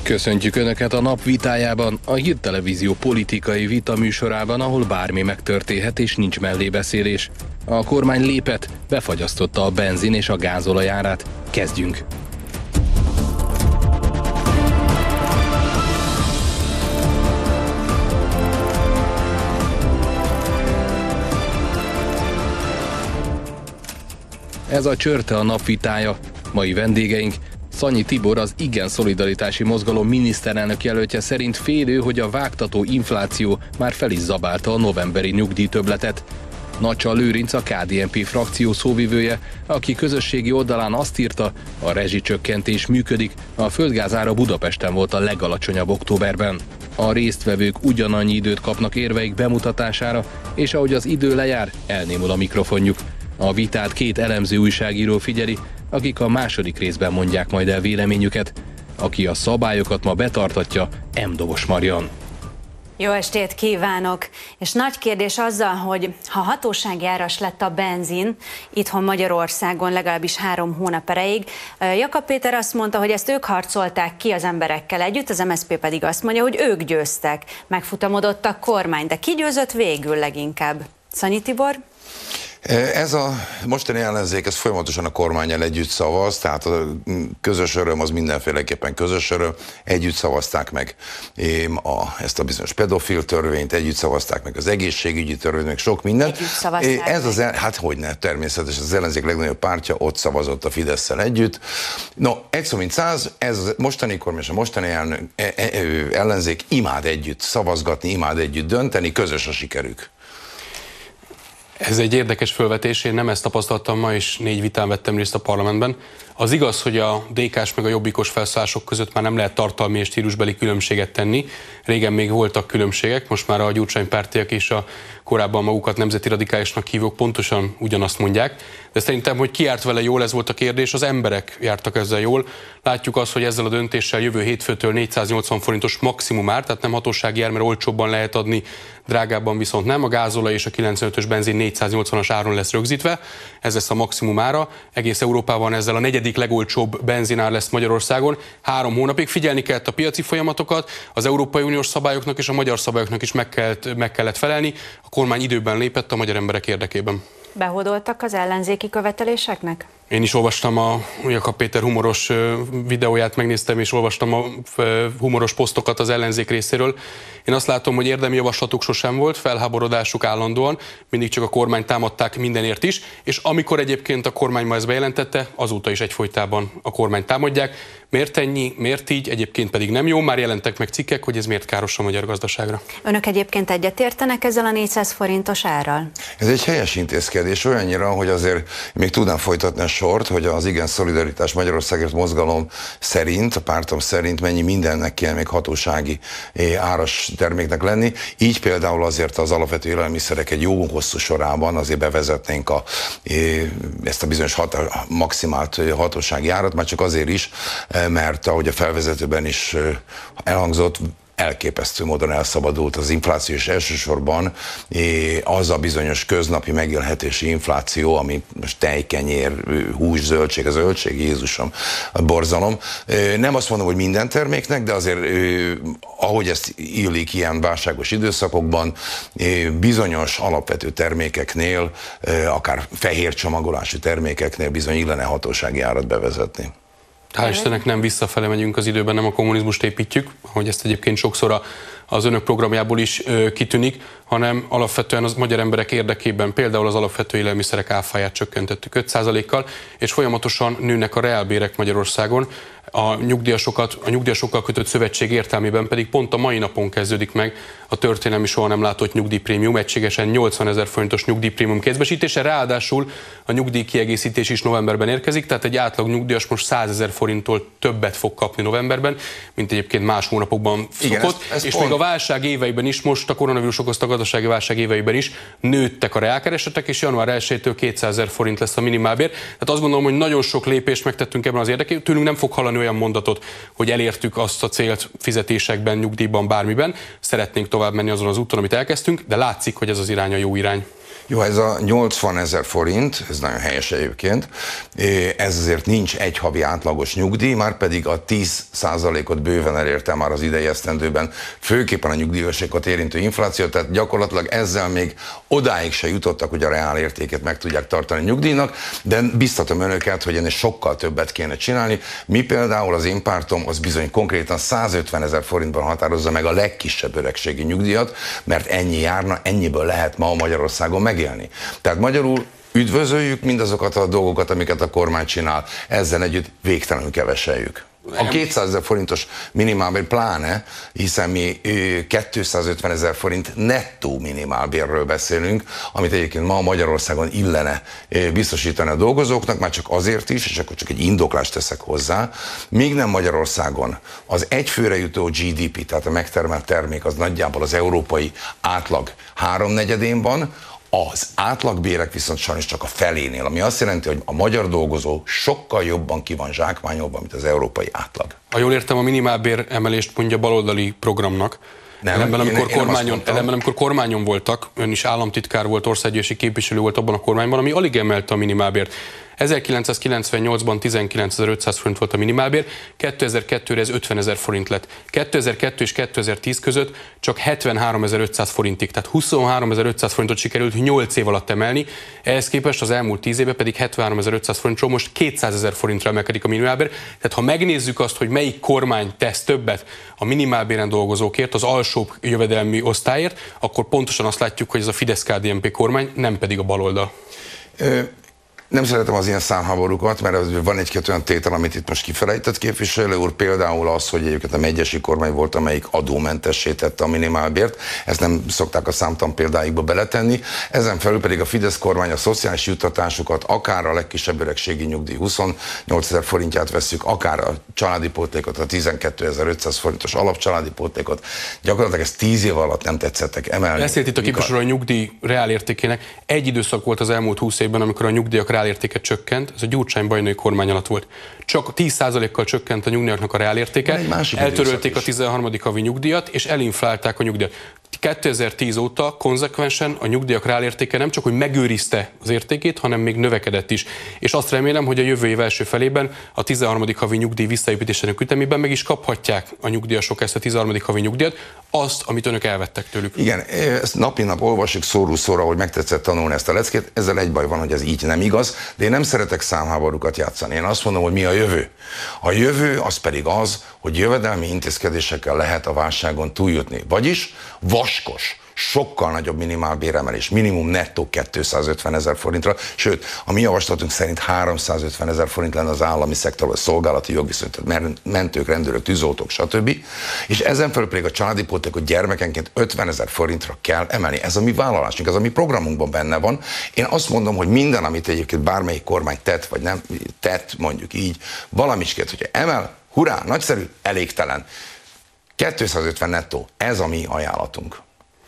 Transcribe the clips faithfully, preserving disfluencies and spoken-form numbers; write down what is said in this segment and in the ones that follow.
Köszöntjük Önöket a nap vitájában, a Hírtelevízió politikai vita műsorában, ahol bármi megtörténhet és nincs mellébeszélés. A kormány lépett, befagyasztotta a benzin és a gázolaj árát. Kezdjünk! Ez a Csörte a nap vitája. Mai vendégeink: Szanyi Tibor, az Igen Szolidaritási Mozgalom miniszterelnök jelöltje szerint félő, hogy a vágtató infláció már fel is zabálta a novemberi nyugdíjtöbbletet. Nacsa Lőrinc, a ká dé en pé frakció szóvivője, aki közösségi oldalán azt írta, a rezsicsökkentés működik, a földgázára Budapesten volt a legalacsonyabb októberben. A résztvevők ugyanannyi időt kapnak érveik bemutatására, és ahogy az idő lejár, elnémul a mikrofonjuk. A vitát két elemző újságíró figyeli, akik a második részben mondják majd el véleményüket. Aki a szabályokat ma betartatja, M. Dobos Marian. Jó estét kívánok! És nagy kérdés azzal, hogy ha hatósági áras lett a benzin itthon Magyarországon legalábbis három hónap erejéig, Jakab Péter azt mondta, hogy ezt ők harcolták ki az emberekkel együtt, az em es zé pé pedig azt mondja, hogy ők győztek. Megfutamodott a kormány, de ki győzött végül leginkább? Szanyi Tibor? Ez a mostani ellenzék, ez folyamatosan a kormánnyal együtt szavaz, tehát a közös öröm az mindenféleképpen közös öröm, együtt szavazták meg a, ezt a bizonyos pedofil törvényt, együtt szavazták meg az egészségügyi törvényt, meg sok mindent. Ez az, el, hát hogyne, természetesen az ellenzék legnagyobb pártja ott szavazott a Fidesszel együtt. No, egy szó mint száz, ez a mostani kormány és a mostani elnök, ellenzék imád együtt szavazgatni, imád együtt dönteni, közös a sikerük. Ez egy érdekes felvetés, én nem ezt tapasztaltam ma, és négy vitán vettem részt a parlamentben. Az igaz, hogy a dé ká-s meg a jobbikos felszólások között már nem lehet tartalmi és stílusbeli különbséget tenni. Régen még voltak különbségek, most már a gyurcsánypártiak és a korábban magukat nemzeti radikálisnak hívók pontosan ugyanazt mondják. De szerintem, hogy ki járt vele jól, ez volt a kérdés, az emberek jártak ezzel jól. Látjuk azt, hogy ezzel a döntéssel jövő hétfőtől négyszáznyolcvan forintos maximum ár, tehát nem hatósági ár, mert olcsóbban lehet adni, drágábban viszont nem. A gázolaj és a kilencvenötös benzin négyszáznyolcvanas áron lesz rögzítve, ez lesz a maximum ára. Egész Európában ezzel a negyedik legolcsóbb benzinár lesz Magyarországon. Három hónapig figyelni kellett a piaci folyamatokat, az Európai Uniós szabályoknak és a magyar szabályoknak is meg kellett, meg kellett felelni. A kormány időben lépett a magyar emberek érdekében. Behódoltak az ellenzéki követeléseknek? Én is olvastam a Jakab Péter humoros videóját, megnéztem és olvastam a humoros posztokat az ellenzék részéről. Én azt látom, hogy érdemi javaslatuk sosem volt, felháborodásuk állandóan, mindig csak a kormány támadták mindenért is, és amikor egyébként a kormány ma ezt bejelentette, azóta is egyfolytában a kormány támadják. Miért ennyi, miért így, egyébként pedig nem jó, már jelentek meg cikkek, hogy ez miért káros a magyar gazdaságra. Önök egyébként egyetértenek ezzel a négyszáz forintos árral? Ez egy helyes intézkedés, olyannyira, hogy azért még tudnám folytatni a sort, hogy az Igen Szolidaritás Magyarországért Mozgalom szerint, a pártom szerint mennyi mindennek kell még hatósági áras terméknek lenni. Így például azért az alapvető élelmiszerek egy jó hosszú sorában azért bevezetnénk a, ezt a bizonyos hat, maximált hatósági árat, már csak azért is, mert ahogy a felvezetőben is elhangzott, elképesztő módon elszabadult az infláció, és elsősorban az a bizonyos köznapi megélhetési infláció, ami most tej, kenyér, hús, zöldség, a zöldség, Jézusom, a borzalom. Nem azt mondom, hogy minden terméknek, de azért ahogy ezt illik ilyen válságos időszakokban, bizonyos alapvető termékeknél, akár fehér csomagolású termékeknél bizony illene hatósági árat bevezetni. Hál' Istennek nem visszafele megyünk az időben, nem a kommunizmust építjük, ahogy ezt egyébként sokszor az önök programjából is ö, kitűnik, hanem alapvetően az magyar emberek érdekében például az alapvető élelmiszerek áfáját csökkentettük öt százalékkal, és folyamatosan nőnek a reálbérek Magyarországon. A nyugdíjasokat, a nyugdíjasokkal kötött szövetség értelmében pedig pont a mai napon kezdődik meg a történelmi soha nem látott nyugdíjprémium, egységesen nyolcvanezer forintos nyugdíjprémium kézbesítése, ráadásul a nyugdíjkiegészítés is novemberben érkezik, tehát egy átlag nyugdíjas most százezer forinttól többet fog kapni novemberben, mint egyébként más hónapokban szokott. Igen, ez, ez és pont... még a válság éveiben is, most a koronavírus okozta gazdasági válság éveiben is nőttek a reálkeresetek, és január elsejétől kétszázezer forint lesz a minimálbér. Tehát azt gondolom, hogy nagyon sok lépést megtettünk ebben az érdekében, tőlünk nem fog hallani olyan mondatot, hogy elértük azt a célt fizetésekben, nyugdíjban, bármiben. Szeretnénk tovább menni azon az úton, amit elkezdtünk, de látszik, hogy ez az irány a jó irány. Jó, ez a nyolcvanezer forint, ez nagyon helyes egyébként, ez azért nincs egy havi átlagos nyugdíj, már pedig a tíz százalékot bőven elérte már az idei esztendőben, főképpen a nyugdíjasokat érintő infláció, tehát gyakorlatilag ezzel még odáig se jutottak, hogy a reál értéket meg tudják tartani a nyugdíjnak, de biztatom önöket, hogy ennél sokkal többet kéne csinálni. Mi például az én pártom az bizony konkrétan százötvenezer forintban határozza meg a legkisebb öregségi nyugdíjat, mert ennyi járna, ennyiből lehet ma Magyarországon megélni. Tehát magyarul üdvözöljük mindazokat a dolgokat, amiket a kormány csinál, ezzel együtt végtelenül keveseljük. A kétszázezer forintos minimálbér pláne, hiszen mi kétszázötvenezer forint nettó minimálbérről beszélünk, amit egyébként ma Magyarországon illene biztosítani a dolgozóknak, már csak azért is, és akkor csak egy indoklást teszek hozzá, még nem Magyarországon az egyfőre jutó gé dé pé, tehát a megtermelt termék az nagyjából az európai átlag háromnegyedén van, az átlagbérek viszont sajnos csak a felénél, ami azt jelenti, hogy a magyar dolgozó sokkal jobban ki van zsákmányolva, mint az európai átlag. Ha jól értem, a minimálbér emelést mondja baloldali programnak. Nem, ellenben, amikor, én, kormányon, ellenben, amikor kormányon voltak, ön is államtitkár volt, országgyűlési képviselő volt abban a kormányban, ami alig emelte a minimálbért. ezerkilencszázkilencvennyolcban tizenkilencezer-ötszáz forint volt a minimálbér, kétezer-kettőre ez ötvenezer forint lett. kétezer-kettő és kétezer-tíz között csak hetvenháromezer-ötszáz forintig, tehát huszonháromezer-ötszáz forintot sikerült nyolc év alatt emelni, ehhez képest az elmúlt tíz évben pedig hetvenháromezer-ötszáz forintról most kétszázezer forintra emelkedik a minimálbér. Tehát ha megnézzük azt, hogy melyik kormány tesz többet a minimálbéren dolgozókért, az alsóbb jövedelmi osztályért, akkor pontosan azt látjuk, hogy ez a Fidesz-ká dé en pé kormány, nem pedig a baloldal. Ö Nem szeretem az ilyen számháborúkat, mert van egy-két olyan tétel, amit itt most kifelejtett képviselő úr, például az, hogy egyébként a megyesi kormány volt, amelyik adómentessé tette a minimálbért, ezt nem szokták a számtan példáikba beletenni, ezen felül pedig a Fidesz kormány a szociális juttatásokat, akár a legkisebb öregségi nyugdíj huszonnyolcezer forintját vesszük, akár a családi pótlékot, a tizenkétezer-ötszáz forintos alapcsaládi pótlékot, gyakorlatilag ezt tíz év alatt nem tetszettek emelni. Beszélt itt a képviselő a nyugdíj reálértékének. Egy időszak volt az elmúlt húsz évben, amikor a nyugdíjak reálértéke csökkent, ez a Gyurcsány-Bajnai kormány alatt volt. Csak tíz százalékkal csökkent a nyugdíjaknak a reálértéke, eltörölték a tizenharmadik havi nyugdíjat, és elinflálták a nyugdíjat. kétezer-tíz óta konzekvensen a nyugdíjak reálértéke nem csak, hogy megőrizte az értékét, hanem még növekedett is. És azt remélem, hogy a jövő év első felében a tizenharmadik havi nyugdíj visszaépítésének ütemében meg is kaphatják a nyugdíjasok ezt a tizenharmadik havi nyugdíjat, azt, amit önök elvettek tőlük. Igen, ezt napi nap olvasjuk szóról szóra, hogy megtetszett tanulni ezt a leckét. Ezzel egy baj van, hogy ez így nem igaz, de én nem szeretek számháborúkat játszani. Én azt mondom, hogy mi a jövő. A jövő az pedig az, hogy jövedelmi intézkedésekkel lehet a válságon túljutni. Vagyis vaskos, sokkal nagyobb minimálbéremelés, minimum nettó kétszázötvenezer forintra, sőt, a mi javaslatunk szerint háromszázötvenezer forint lenne az állami szektorban, szolgálati jogviszony, tehát mentők, rendőrök, tűzoltók, stb. És ezen felül pedig a családi pótlékot gyermekenként ötvenezer forintra kell emelni. Ez a mi vállalásunk, ez a mi programunkban benne van. Én azt mondom, hogy minden, amit egyébként bármelyik kormány tett, vagy nem tett, mondjuk így, valamicskét, hogyha emel, hurrá, nagyszerű, elégtelen. kétszázötven nettó, ez a mi ajánlatunk.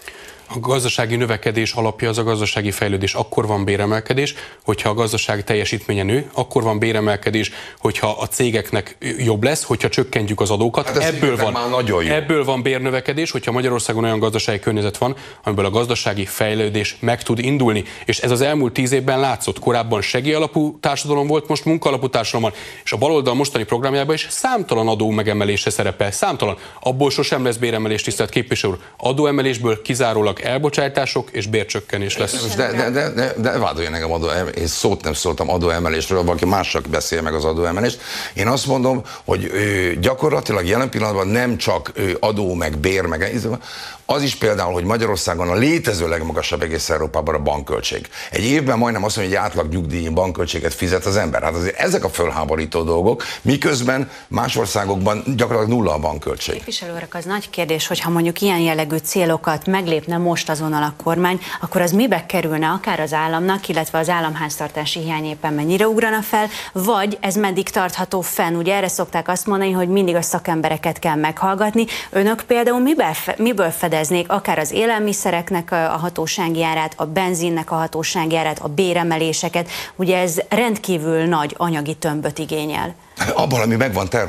A gazdasági növekedés alapja az a gazdasági fejlődés. Akkor van béremelkedés, hogyha a gazdaság teljesítménye nő, akkor van béremelkedés, hogyha a cégeknek jobb lesz, hogyha csökkentjük az adókat. Hát ebből van, ebből van bérnövekedés, hogyha Magyarországon olyan gazdasági környezet van, amiből a gazdasági fejlődés meg tud indulni. És ez az elmúlt tíz évben látszott. Korábban segélyalapú társadalom volt, most munkaalapú társadalom van. És a baloldal mostani programjában is számtalan adó megemelése szerepel. Számtalan. Abból sosem lesz béremelés, tisztelt képviselő úr. Adóemelésből kizárólag elbocsátások és bércsökkenés lesz. De, de, de, de, de vádolja nekem adó, én szót nem szóltam adóemelésről, valaki másnak beszél meg az adóemelést. Én azt mondom, hogy ö, gyakorlatilag jelen pillanatban nem csak ö, adó, meg bér, meg az is például, hogy Magyarországon a létező legmagasabb egész Európában a bankköltség. Egy évben majdnem azt mondja, hogy átlag nyugdíj bankköltséget fizet az ember. Hát azért ezek a fölháborító dolgok, miközben más országokban gyakorlatilag nulla a bankköltség. Képviselőnek az nagy kérdés, hogy ha mondjuk ilyen jellegű célokat meglépne most azonnal a kormány, akkor az mibe kerülne akár az államnak, illetve az államháztartási hiány éppen mennyire ugrana fel, vagy ez meddig tartható fenn? Ugye erre szokták azt mondani, hogy mindig a szakembereket kell meghallgatni. Önök például miből, miből fedeznék akár az élelmiszereknek a hatósági árát, a benzinnek a hatósági árát, a béremeléseket? Ugye ez rendkívül nagy anyagi tömböt igényel. Abban, ami meg van termelve.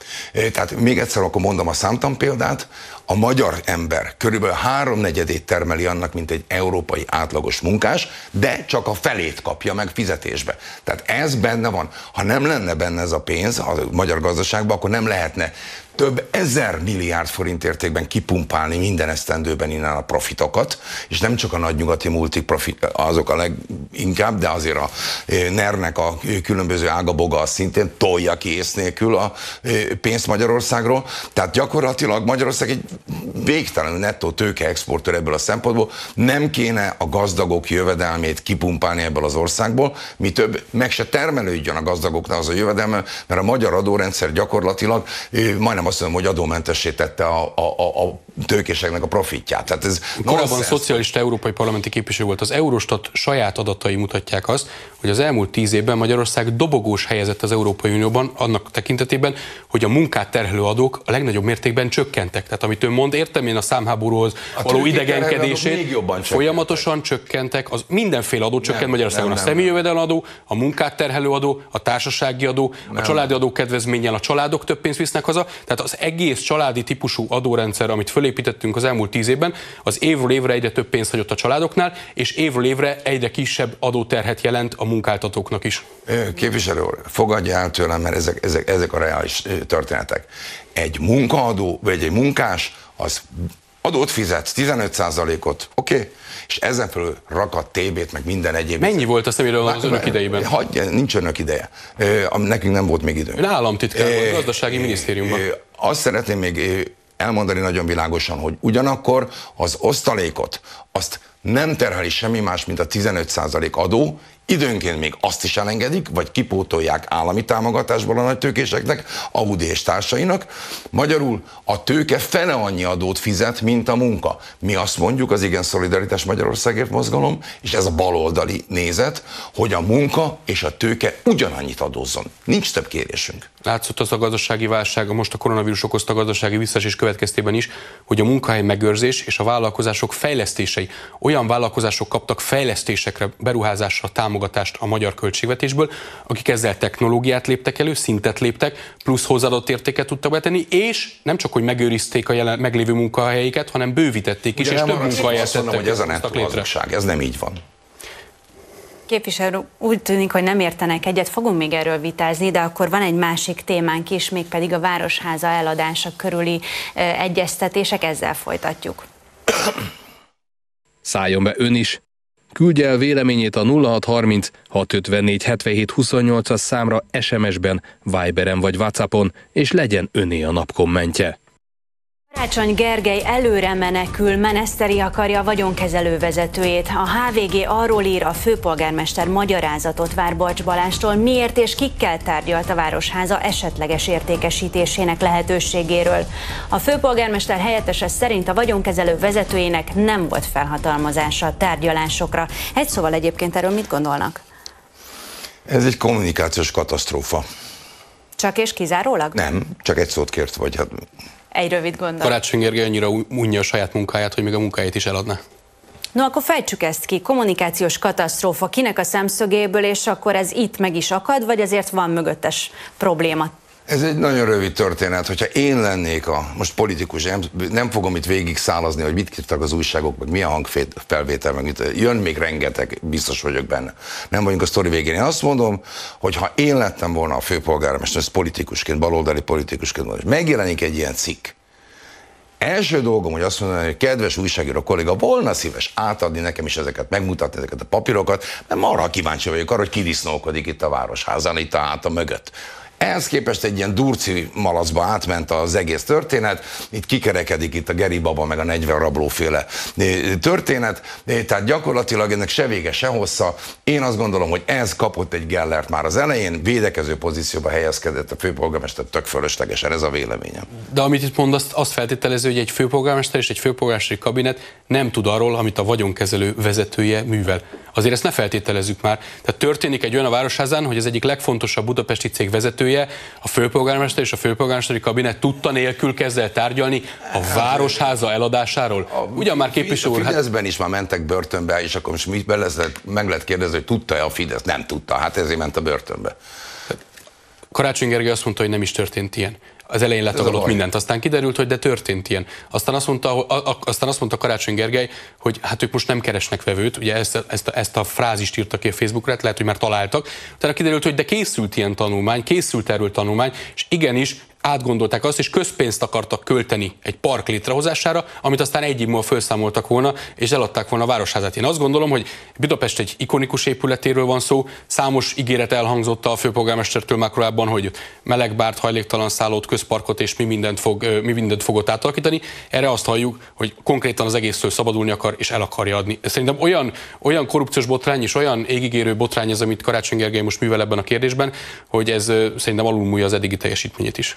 Tehát még egyszer akkor mondom a számtan példát, a magyar ember körülbelül háromnegyedét termeli annak, mint egy európai átlagos munkás, de csak a felét kapja meg fizetésbe. Tehát ez benne van. Ha nem lenne benne ez a pénz a magyar gazdaságban, akkor nem lehetne több ezer milliárd forint értékben kipumpálni minden esztendőben innen a profitokat, és nem csak a nagynyugati multik profit, azok a leginkább, de azért a en e er-nek a különböző ágaboga az szintén tolja ki ész nélkül a pénzt Magyarországról. Tehát gyakorlatilag Magyarország egy végtelenül nettó tőke exportőr ebből a szempontból, nem kéne a gazdagok jövedelmét kipumpálni ebből az országból, mi több, meg se termelődjön a gazdagoknak az a jövedelme, mert a magyar adórendszer gyakorlatilag majdnem azt mondom, hogy adómentessé tette a, a, a, a tőkéseknek a profitját. Tehát ez korábban szocialista európai parlamenti képviselő volt. Az Eurostat saját adatai mutatják azt, hogy az elmúlt tíz évben Magyarország dobogós helyezett az Európai Unióban annak tekintetében, hogy a munkát terhelő adók a legnagyobb mértékben csökkentek. Tehát amit ön mond, értem én a számháborúhoz való idegenkedését, folyamatosan csökkentek, az mindenféle adó csökkent Magyarországon. Nem, nem, a személyjövedelemadó, a munkát terhelő adó, a társasági adó, nem. a családi adó kedvezménnyel a családok több pénzt visznek haza. Tehát az egész családi típusú adórendszer, amit fölépítettünk az elmúlt tíz évben, az évről évre egyre több pénzt hagyott a családoknál, és évről évre egyre kisebb adóterhet jelent a munkáltatóknak is. Képviselő úr, fogadja el tőlem, mert ezek, ezek, ezek a reális történetek. Egy munkaadó, vagy egy munkás, az adót fizet, tizenöt százalékot, oké, okay, és ezen felül rakat té bét, meg minden egyéb. Mennyi volt azt, amiről az önök idejében? Hagyja, nincs önök ideje. Nekünk nem volt még időnk. Ön államtitkár volt, gazdasági minisztériumban. Azt szeretném még elmondani nagyon világosan, hogy ugyanakkor az osztalékot, azt nem terheli semmi más, mint a tizenöt százalék adó, időnként még azt is elengedik, vagy kipótolják állami támogatásból a nagytőkéseknek, Audi és társainak. Magyarul a tőke fele annyi adót fizet, mint a munka. Mi azt mondjuk, az Igen Szolidaritás Magyarországért mozgalom, és ez a baloldali nézet, hogy a munka és a tőke ugyanannyit adózzon. Nincs több kérésünk. Látszott az a gazdasági válság, most a koronavírus okozta gazdasági visszaesés következtében is, hogy a munkahely megőrzés és a vállalkozások fejlesztései, olyan vállalkozások kaptak fejlesztésekre, beruházásra támogatást a magyar költségvetésből, akik ezzel technológiát léptek elő, szintet léptek, plusz hozzáadott értéket tudtak betenni, és nem csak, hogy megőrizték a jelen, meglévő munkahelyeiket, hanem bővítették is, ugye és több munkahelyet tettek. Hogy ez a nettó gazdaság, ez nem így van. Képviselő, úgy tűnik, hogy nem értenek egyet, fogunk még erről vitázni, de akkor van egy másik témánk is, mégpedig a Városháza eladása körüli eh, egyeztetések, ezzel folytatjuk. Szálljon be ön is! Küldje el véleményét a nulla hat harminc hat ötvennégy hetvenhét huszonnyolcas számra es em es-ben, Viberen vagy WhatsAppon, és legyen öné a nap kommentje. Karácsony Gergely előre menekül, Meneszteri akarja a vagyonkezelő vezetőjét. A há vé gé arról ír, a főpolgármester magyarázatot vár Balcs Balástól, miért és kikkel tárgyalt a Városháza esetleges értékesítésének lehetőségéről. A főpolgármester helyettese szerint a vagyonkezelő vezetőjének nem volt felhatalmazása a tárgyalásokra. Egy szóval egyébként erről mit gondolnak? Ez egy kommunikációs katasztrófa. Csak és kizárólag? Nem, csak egy szót kért, vagy hát... Egy rövid gondol. Karácsony Gergely annyira unja a saját munkáját, hogy még a munkáját is eladná. No, akkor fejtsük ezt ki. Kommunikációs katasztrófa kinek a szemszögéből, és akkor ez itt meg is akad, vagy ezért van mögöttes probléma? Ez egy nagyon rövid történet, hogyha én lennék a most politikus, nem, nem fogom itt végig szálazni, hogy mit írtak az újságok, meg milyen hangfelvétel, meg mit, jön még rengeteg, biztos vagyok benne. Nem vagyunk a sztori végén. Én azt mondom, hogy ha én lettem volna a főpolgármester, ez politikusként, baloldali politikusként, megjelenik egy ilyen cikk. Első dolgom, hogy azt mondom, hogy kedves újságíró kolléga, volna szíves átadni nekem is ezeket, megmutatni ezeket a papírokat, mert arra kíváncsi vagyok arra, hogy kidisznókodik itt a Városházán, itt a háta mögött. Ehhez képest egy ilyen durci malacba átment az egész történet, itt kikerekedik itt a Geri baba meg a negyven rablóféle történet, tehát gyakorlatilag ennek se vége, se hossza. Én azt gondolom, hogy ez kapott egy gellert már az elején, védekező pozícióba helyezkedett a főpolgármester, tök fölöslegesen, ez a véleményem. De amit itt mond, azt, azt feltételező, hogy egy főpolgármester és egy főpolgármesteri kabinet nem tud arról, amit a vagyonkezelő vezetője művel. Azért ezt ne feltételezzük már. Tehát történik egy olyan a Városházán, hogy az egyik legfontosabb budapesti cég vezetője, a főpolgármester és a főpolgármesteri kabinet tudta nélkül kezd el tárgyalni a Városháza eladásáról. Ugyan már képviselő úr... A Fideszben is már mentek börtönbe, és akkor most mit be lesz, meg lehet kérdezni, hogy tudta-e a Fidesz? Nem tudta, hát ezért ment a börtönbe. Karácsony Gergely azt mondta, hogy nem is történt ilyen. az elején letagadott mindent, aztán kiderült, hogy de történt ilyen. Aztán azt mondta, aztán azt mondta Karácsony Gergely, hogy hát ők most nem keresnek vevőt, ugye ezt, ezt, a, ezt a frázist írta ki a Facebookra, lehet, hogy már találtak. Utána kiderült, hogy de készült ilyen tanulmány, készült erről tanulmány, és igenis átgondolták azt, és közpénzt akartak költeni egy park létrehozására, amit aztán egy év múlva felszámoltak volna, és eladták volna a Városházát. Én azt gondolom, hogy Budapest egy ikonikus épületéről van szó, számos ígéret elhangzott a főpolgármestertől már korábban, hogy melegbárt, hajléktalan szállót, közparkot és mi mindent, fog, mi mindent fogott átalakítani. Erre azt halljuk, hogy konkrétan az egésztől szabadulni akar, és el akarja adni. Szerintem olyan, olyan korrupciós botrány és olyan égigérő botrány ez, amit Karácsony Gergely most művel ebben a kérdésben, hogy ez szerintem alulmúlja az eddigi teljesítményét is.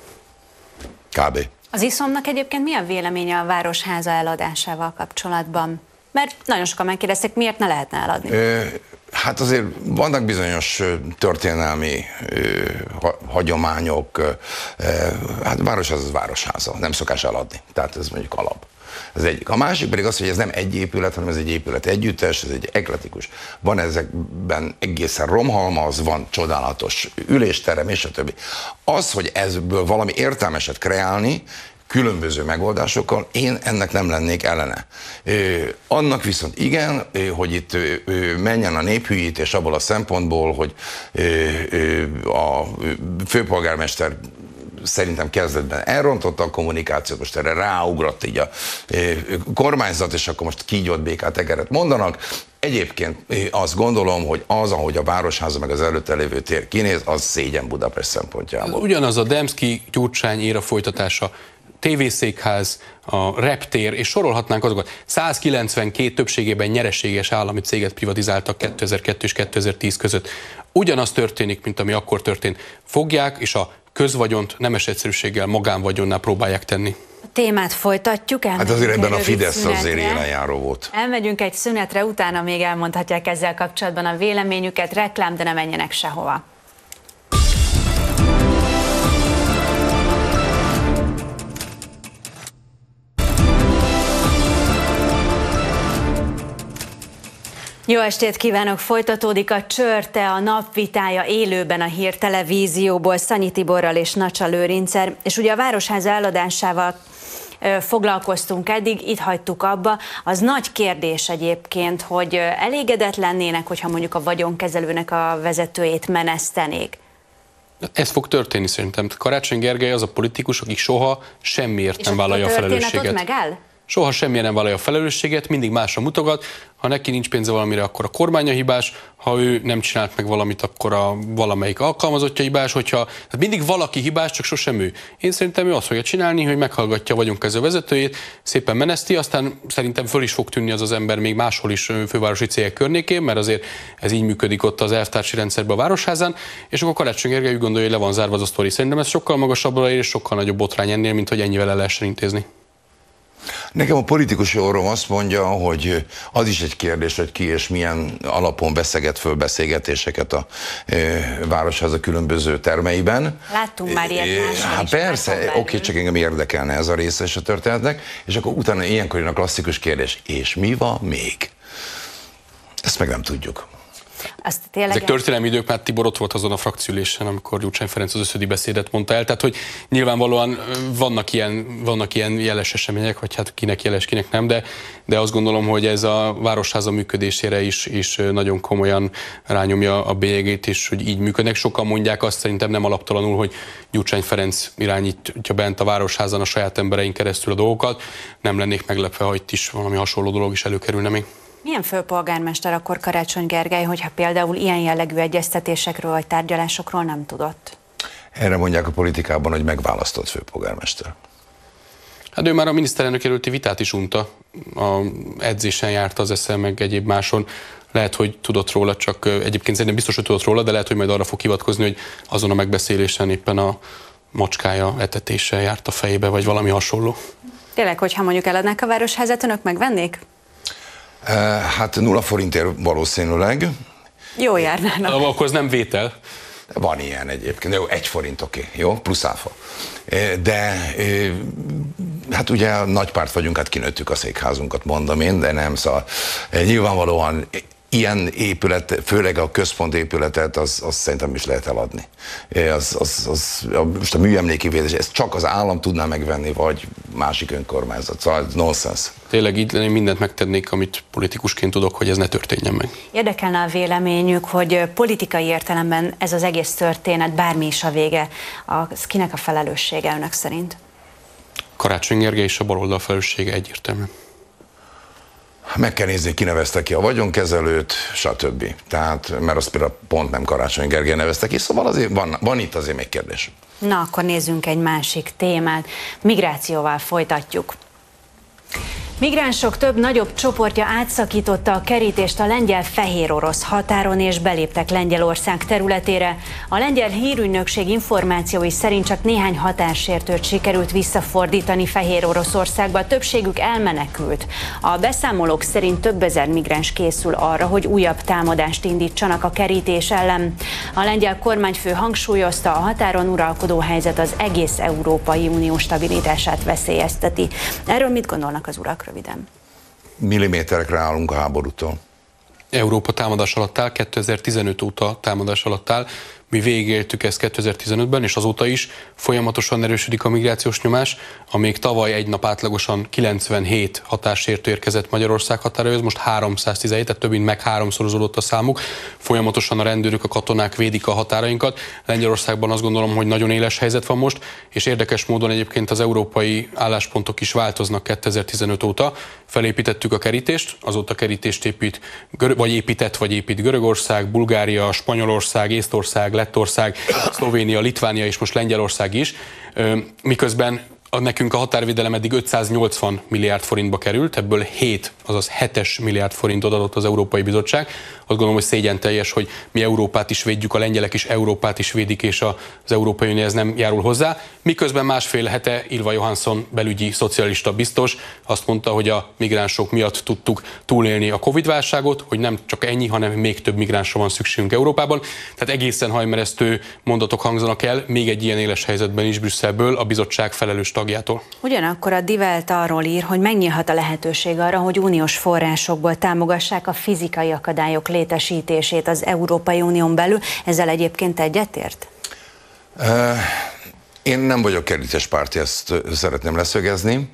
Kb. Az iszomnak egyébként mi a véleménye a Városháza eladásával kapcsolatban? Mert nagyon sokan megkérdezték, miért ne lehetne eladni? Ö, hát azért vannak bizonyos történelmi ö, ha, hagyományok. Ö, hát a Városháza az Városháza, nem szokás eladni. Tehát ez mondjuk alap. Ez egyik. A másik pedig az, hogy ez nem egy épület, hanem ez egy épület együttes, ez egy eklektikus. Van ezekben egészen romhalmaz, van csodálatos ülésterem, és a többi. Az, hogy ebből valami értelmeset kreálni, különböző megoldásokkal, én ennek nem lennék ellene. Ö, annak viszont igen, ö, hogy itt ö, menjen a néphűítés abból a szempontból, hogy ö, ö, a főpolgármester szerintem kezdetben elrontotta a kommunikációt, most erre ráugrott így a kormányzat, és akkor most kígyót, békát, egeret mondanak. Egyébként azt gondolom, hogy az, ahogy a Városháza meg az előtte lévő tér kinéz, az szégyen Budapest szempontjából. Ugyanaz a Demszky-Gyurcsány éra folytatása, tévészékház, a reptér, és sorolhatnánk azokat. százkilencvenkét többségében nyereséges állami céget privatizáltak kétezer-kettő és kétezer-tíz között. Ugyanaz történik, mint ami akkor történt. Fogják, és a közvagyont nemes egyszerűséggel magánvagyonnál próbálják tenni. A témát folytatjuk. Hát azért ebben a Fidesz szünetre. Azért élenjáró volt. Elmegyünk egy szünetre, utána még elmondhatják ezzel kapcsolatban a véleményüket, reklám, de ne menjenek sehova. Jó estét kívánok! Folytatódik a Csörte, a napvitája élőben a Hír Televízióból Szanyi Tiborral és Nacsa Lőrinccel, és ugye a Városháza eladásával foglalkoztunk eddig, itt hagytuk abba. Az nagy kérdés egyébként, hogy elégedett lennének, hogyha mondjuk a vagyonkezelőnek a vezetőjét menesztenék. Ez fog történni szerintem. Karácsony Gergely az a politikus, aki soha semmiért nem vállalja a felelősséget. Megáll? Soha semmilyen nem vállalja a felelősséget, mindig másra mutogat, ha neki nincs pénze valamire, akkor a kormánya hibás, ha ő nem csinált meg valamit, akkor a valamelyik alkalmazottja hibás, hogyha hát mindig valaki hibás, csak sosem ő. Én szerintem ő azt fogja csinálni, hogy meghallgatja a vagyonkezelő vezetőjét, szépen meneszti, aztán szerintem föl is fog tűnni az az ember még máshol is fővárosi cégek környékén, mert azért ez így működik ott az elvtársi rendszerben a Városházán, és akkor Karácsony Gergely úgy gondolja, hogy le van zárva az a sztori. Szerintem ez sokkal magasabbra ér, és sokkal nagyobb botrány ennél, mint hogy ennyivel el lehessen intézni. Nekem a politikus orrom azt mondja, hogy az is egy kérdés, hogy ki és milyen alapon veszeget föl beszélgetéseket a e, Városháza különböző termeiben. Láttunk már ilyet. Hát persze, oké, okay, csak engem érdekelne ez a része is a történetnek, és akkor utána ilyenkor jön a klasszikus kérdés, és mi van még? Ezt meg nem tudjuk. Azt tényleg Ezek történelmi idők, mert Tibor ott volt azon a frakciülésen, amikor Gyurcsány Ferenc az összödi beszédet mondta el, tehát hogy nyilvánvalóan vannak ilyen, vannak ilyen jeles események, vagy hát kinek jeles, kinek nem, de, de azt gondolom, hogy ez a Városháza működésére is, is nagyon komolyan rányomja a bélyegét, és hogy így működnek. Sokan mondják azt, szerintem nem alaptalanul, hogy Gyurcsány Ferenc irányítja bent a Városházan a saját emberein keresztül a dolgokat. Nem lennék meglepve, ha itt is valami hasonló dolog is előkerülne még. Milyen főpolgármester akkor Karácsony Gergely, hogyha például ilyen jellegű egyeztetésekről vagy tárgyalásokról nem tudott? Erre mondják a politikában, hogy megválasztott főpolgármester. Hát ő már a miniszterelnök jelölti vitát is unta, a edzésen járt az eszel, meg egyéb máson. Lehet, hogy tudott róla, csak egyébként szerintem biztos, hogy tudott róla, de lehet, hogy majd arra fog hivatkozni, hogy azon a megbeszélésen éppen a macskája etetéssel járt a fejébe, vagy valami hasonló. Tényleg, hogyha mondjuk eladnák a Városházát, önök megvennék? Hát nulla forintért valószínűleg. Jó járnának. Akkor az nem vétel. Van ilyen egyébként. Jó, egy forint, oké, okay, jó, plusz áfa. De hát ugye nagy párt vagyunk, hát kinőttük a székházunkat, mondom én, de nem, szóval nyilvánvalóan ilyen épület, főleg a központépületet, az, az szerintem is lehet eladni. Az, az, az, most a műemléki védés, ezt csak az állam tudná megvenni, vagy másik önkormányzat. Szóval nonsense. Tényleg így én mindent megtennék, amit politikusként tudok, hogy ez ne történjen meg. Érdekelne a véleményük, hogy politikai értelemben ez az egész történet, bármi is a vége, az kinek a felelőssége önök szerint? Karácsony Gergely és a baloldal felelőssége egyértelmű. Meg kell nézni, ki nevezte ki a vagyonkezelőt, stb. Tehát, mert azt például pont nem Karácsony Gergely nevezte ki, szóval azért van, van itt azért még kérdés. Na, akkor nézzünk egy másik témát. Migrációval folytatjuk. Migránsok több nagyobb csoportja átszakította a kerítést a lengyel-fehér-orosz határon és beléptek Lengyelország területére. A lengyel hírügynökség információi szerint csak néhány határsértőt sikerült visszafordítani Fehér-Oroszországba, többségük elmenekült. A beszámolók szerint több ezer migráns készül arra, hogy újabb támadást indítsanak a kerítés ellen. A lengyel kormányfő hangsúlyozta, a határon uralkodó helyzet az egész Európai Unió stabilitását veszélyezteti. Erről mit gondolnak az urak? Röviden. Milliméterekre állunk a háborútól. Európa támadás alatt áll, kétezer-tizenöt óta támadás alatt áll. Mi végigéltük ezt kétezer-tizenötben, és azóta is folyamatosan erősödik a migrációs nyomás. Amíg tavaly egy nap átlagosan kilencvenhét határsértő érkezett Magyarország határához, most háromszáztizenhét, tehát több mint meg háromszorozódott a számuk. Folyamatosan a rendőrök, a katonák védik a határainkat. Lengyelországban azt gondolom, hogy nagyon éles helyzet van most, és érdekes módon egyébként az európai álláspontok is változnak kétezer-tizenöt óta. Felépítettük a kerítést, azóta kerítést épít, vagy épített, vagy épít Görögország, Bulgária, Spanyolország, Észtország, Lettország, Szlovénia, Litvánia és most Lengyelország is, miközben a, nekünk a határvédelem eddig ötszáznyolcvan milliárd forintba került, ebből hét, azaz hetes milliárd forintot adott az Európai Bizottság. Azt gondolom, hogy szégyen teljes, hogy mi Európát is védjük, a lengyelek is Európát is védik, és az Európai Unió ez nem járul hozzá. Miközben másfél hete Ylva Johansson belügyi szocialista biztos azt mondta, hogy a migránsok miatt tudtuk túlélni a Covid-válságot, hogy nem csak ennyi, hanem még több migránsra van szükségünk Európában. Tehát egészen hajmeresztő mondatok hangzanak el, még egy ilyen éles helyzetben is Brüsszelből, a bizottság felelős tagjától. Ugyanakkor a Die Welt arról ír, hogy megnyílhat a lehetőség arra, hogy uniós forrásokból támogassák a fizikai akadályok létesítését az Európai Unión belül. Ezzel egyébként egyetért? Uh, én nem vagyok kerítéspárti, ezt szeretném leszögezni.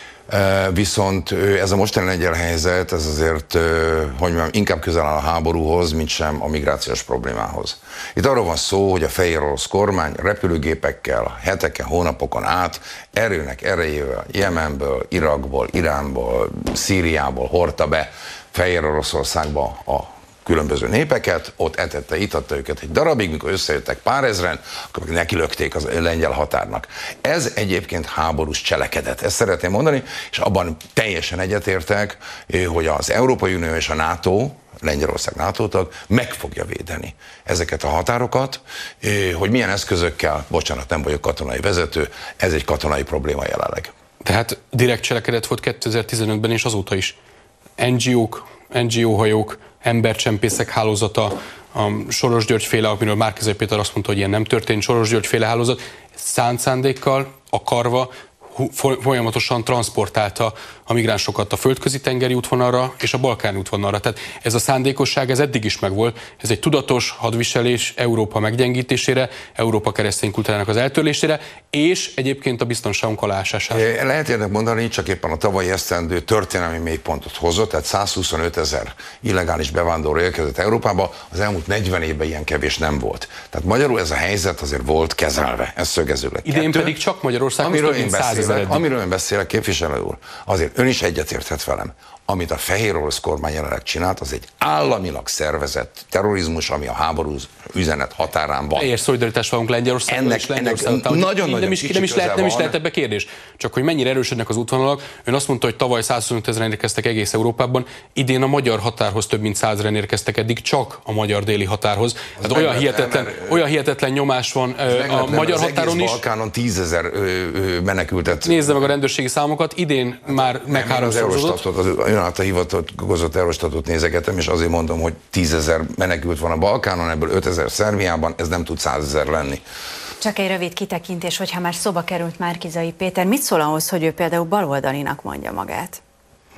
Uh, viszont ez a mostani lengyel helyzet, ez azért, uh, hogy mondjam, inkább közel áll a háborúhoz, mint sem a migrációs problémához. Itt arról van szó, hogy a fehér orosz kormány repülőgépekkel, heteken, hónapokon át erőnek erejével Jemenből, Irakból, Iránból, Szíriából hordta be Fehér Oroszországba a különböző népeket, ott etette, itatta őket egy darabig, mikor összejöttek pár ezren, akkor meg nekilökték az lengyel határnak. Ez egyébként háborús cselekedet, ezt szeretném mondani, és abban teljesen egyetértek, hogy az Európai Unió és a NATO, Lengyelország NATO tag, meg fogja védeni ezeket a határokat, hogy milyen eszközökkel, bocsánat, nem vagyok katonai vezető, ez egy katonai probléma jelenleg. Tehát direkt cselekedet volt kétezer-tizenötben és azóta is. en gé ók, en gé ó hajók, embercsempészek hálózata, a Soros György féle, amiről Márki-Zay Péter azt mondta, hogy ilyen nem történt, Soros György féle hálózat, szánt szándékkal, akarva, folyamatosan transportálta a migránsokat a földközi tengeri útvonalra és a balkáni útvonalra. Tehát ez a szándékosság, ez eddig is megvolt. Ez egy tudatos hadviselés Európa meggyengítésére, Európa keresztény kultúrának az eltörlésére, és egyébként a biztonságunk aláásására. Lehet érnek mondani, csak éppen a tavalyi esztendő történelmi mélypontot hozott, tehát százhuszonöt ezer illegális bevándorló érkezett Európába, az elmúlt negyven évben ilyen kevés nem volt. Tehát magyarul ez a helyzet azért volt kezelve, ez szögezőleg. Idén Kettő, pedig csak Magyarország, amiről én beszélek, amiről én beszélek, képviselő úr, azért ön is egyetérthet velem. Amit a fehér orosz kormány jelenleg csinált, az egy államilag szervezett terrorizmus, ami a háború üzenet határán van. Teljes szolidaritás vagyunk Lengyelországban és Lengyelországban. Nagyon-nagyon nem is, nem is lehet, nem is lehet ebbe kérdés. Csak hogy mennyire erősödnek az útvonalak. Ön azt mondta, hogy tavaly százhuszonöt ezeren érkeztek egész Európában, idén a magyar határhoz több mint százezren érkeztek eddig csak a magyar déli határhoz. Tehát olyan hihetetlen, olyan hihetetlen nyomás van a magyar határon is. Az Balkánon tízezer menekültet. Nézze meg a rendőrségi számokat, idén már megháromszorozódott. Hát a hivatkozott Eurostatot nézegetem, és azért mondom, hogy tízezer menekült van a Balkánon, ebből ötezer Szerbiában, ez nem tud százezer lenni. Csak egy rövid kitekintés, hogyha már szóba került Márki-Zay Péter, mit szól ahhoz, hogy ő például baloldalinak mondja magát?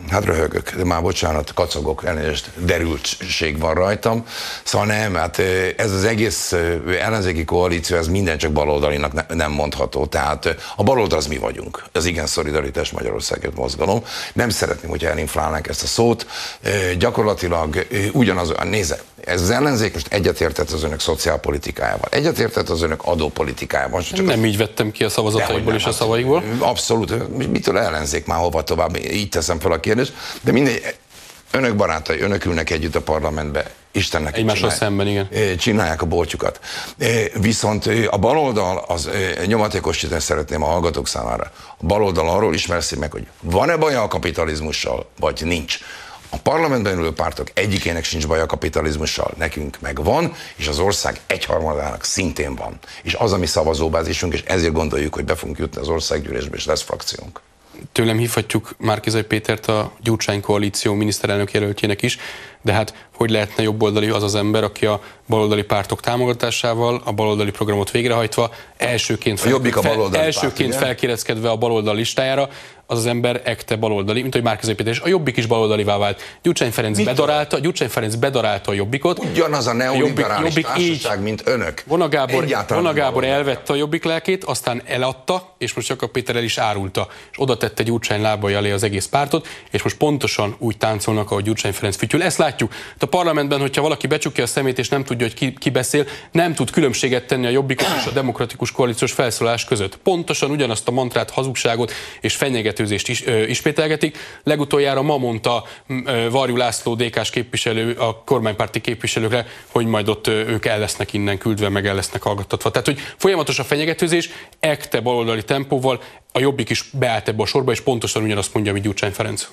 Hát röhögök, de már bocsánat, kacagok, elnézést, derültség van rajtam. Szóval nem, hát ez az egész ellenzéki koalíció, ez minden csak baloldalinak ne, nem mondható. Tehát a baloldal az mi vagyunk, az Igen Szolidaritás Magyarországért mozgalom. Nem szeretném, hogy elinflálnánk ezt a szót. Gyakorlatilag ugyanaz, nézze, ez az ellenzék most egyetértett az önök szociálpolitikájával, egyetértett az önök adópolitikájával. Csak nem az... így vettem ki a szavazataikból és a szavaikból. Abszolút. Mitől ellenzék már hova tovább? Így teszem fel a kérdést. De mindegy, önök barátai, önök ülnek együtt a parlamentbe. Istennek egymással szemben, igen. Csinálják a boltjukat. Viszont a baloldal, az nyomatékosítani szeretném a hallgatók számára. A baloldal arról ismerszik meg, hogy van-e baj a kapitalizmussal, vagy nincs. A parlamentben ülő pártok egyikének sincs baj a kapitalizmussal, nekünk meg van, és az ország egyharmadának szintén van. És az a mi szavazóbázisunk, és ezért gondoljuk, hogy be fogunk jutni az országgyűlésbe, és lesz frakciónk. Tőlem hívhatjuk Márki-Zay Pétert a Gyurcsány koalíció miniszterelnök jelöltjének is, de hát hogy lehetne jobboldali az az ember, aki a baloldali pártok támogatásával, a baloldali programot végrehajtva, elsőként, fel, a fel, elsőként párt, felkéreckedve a baloldal listájára, az az ember ekte baloldali, mint hogy Márki-Zay Péter is, a Jobbik is baloldalivá vált. Gyurcsány Ferenc bedarálta, Gyurcsány Ferenc bedarálta a Jobbikot. Ugyanaz a neoliberális Jobbik, Jobbik társaság, így, mint önök. Vona Gábor, Vona Gábor elvette a Jobbik lelkét, aztán eladta, és most Jakab Péter el is árulta. És oda tette Gyurcsány lábai alé az egész pártot, és most pontosan úgy táncolnak, ahogy Gyurcsány Ferenc fütyül. Ezt látjuk. A parlamentben, hogyha valaki becsukja a szemét és nem tudja, hogy ki, ki beszél, nem tud különbséget tenni a Jobbikot és a demokratikus koalíciós felszólás között. Pontosan ugyanazt a mantrát, hazugságot és fenyegetőzést is, ö, ismételgetik. Legutoljára ma mondta ö, Varjú László dé ká-s képviselő a kormánypárti képviselőkre, hogy majd ott ö, ők el lesznek innen küldve, meg el lesznek hallgattatva. Tehát, hogy folyamatos a fenyegetőzés, ekte baloldali tempóval, a Jobbik is beállt ebbe a sorba, és pontosan ugyanazt mondja, mint Gyurcsány Ferenc.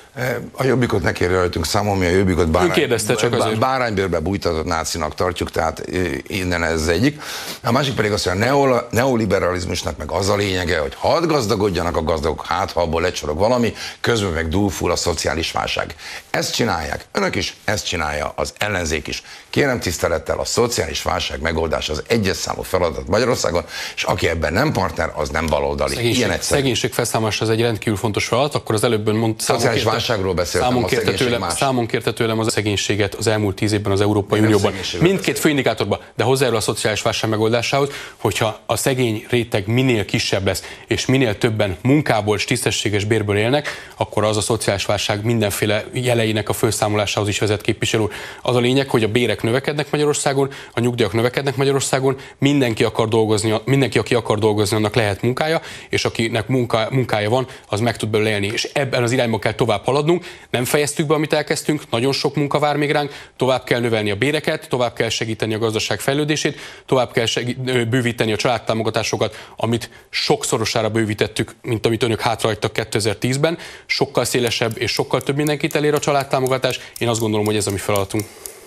A Jobbikot ne kérje rajtunk számon, mi a Jobbikot bárány, bá, báránybőrbe bújtatott nácinak tartjuk, tehát innen ez egyik. A másik pedig az, hogy a neoliberalizmusnak meg az a lényege, hogy hadd gazdagodjanak a gazdagok, hát ha abból lecsorog valami, közben meg dúlful a szociális válság. Ezt csinálják, önök is, ezt csinálja az ellenzék is. Kérem tisztelettel, a szociális válság megoldása az egyes számú feladat Magyarországon, és aki ebben nem partner, az nem baloldali. Szegénység, szegénység felszámolása az egy rendkívül fontos feladat, akkor az előbb mondtam. Válságról beszéltem, számon kérte tőlem, számon kérte tőlem az a szegénységet az elmúlt tíz évben az Európai Én Unióban. Mindkét főindikátorban, de hozzájárul a szociális válság megoldásához, hogyha a szegény réteg minél kisebb lesz, és minél többen munkából és tisztességes bérből élnek, akkor az a szociális válság mindenféle jeleinek a felszámolásához is vezet, képviselő. Az a lényeg, hogy a bérek növekednek Magyarországon, a nyugdíjak növekednek Magyarországon, mindenki akar dolgozni, mindenki, aki akar dolgozni, annak lehet munkája, és akinek munka, munkája van, az meg tud belőle élni. És ebben az irányba kell tovább haladnunk, nem fejeztük be, amit elkezdtünk, nagyon sok munka vár még ránk, tovább kell növelni a béreket, tovább kell segíteni a gazdaság fejlődését, tovább kell segít, bővíteni a családtámogatásokat, amit sokszorosára bővítettük, mint amit önök hátrahagytak kétezer-tízben, sokkal szélesebb és sokkal több mindenkit elér a családtámogatás. Én azt gondolom, hogy ez a mi feladatunk.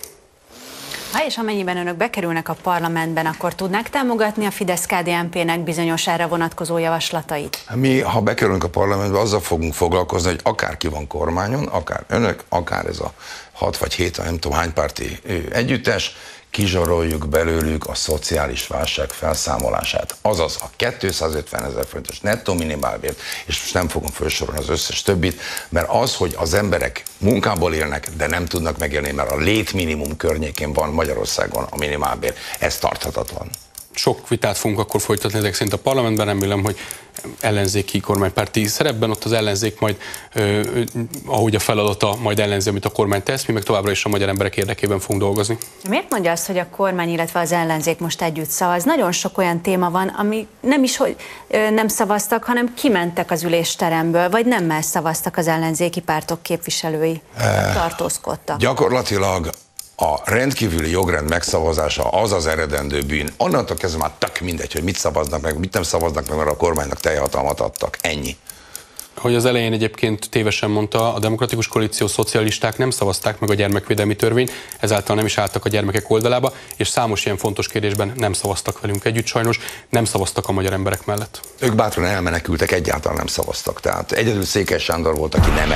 Ha és amennyiben önök bekerülnek a parlamentben, akkor tudnák támogatni a Fidesz-ká dé en pé-nek bizonyos erre vonatkozó javaslatait? Mi, ha bekerülünk a parlamentbe, azzal fogunk foglalkozni, hogy akárki van kormányon, akár önök, akár ez a hat vagy hét, nem tudom hány párti együttes, kizsaroljuk belőlük a szociális válság felszámolását. Azaz a kétszázötven ezer forintos nettó minimálbért, és most nem fogom felsorolni az összes többit, mert az, hogy az emberek munkából élnek, de nem tudnak megélni, mert a létminimum környékén van Magyarországon a minimálbér, ez tarthatatlan. Sok vitát fogunk akkor folytatni ezek szerint a parlamentben, remélem, hogy ellenzéki kormánypárti szerepben ott az ellenzék majd, ö, ahogy a feladata, majd ellenzi, amit a kormány tesz, mi meg továbbra is a magyar emberek érdekében fogunk dolgozni. Miért mondja azt, hogy a kormány, illetve az ellenzék most együtt szavaz? Nagyon sok olyan téma van, ami nem is, hogy ö, nem szavaztak, hanem kimentek az ülésteremből, vagy nemmel szavaztak az ellenzéki pártok képviselői, e, tartózkodtak. Gyakorlatilag a rendkívüli jogrend megszavazása az az eredendő bűn. Onnantól kezdve már tök mindegy, hogy mit szavaznak meg, mit nem szavaznak meg, mert a kormánynak teljhatalmat adtak. Ennyi. Hogy az elején egyébként tévesen mondta, a demokratikus koalíció szocialisták nem szavazták meg a gyermekvédelmi törvényt, ezáltal nem is álltak a gyermekek oldalába, és számos ilyen fontos kérdésben nem szavaztak velünk együtt, sajnos nem szavaztak a magyar emberek mellett. Ők bátran elmenekültek, egyáltalán nem szavaztak. Tehát egyedül Székely Sándor volt, aki nem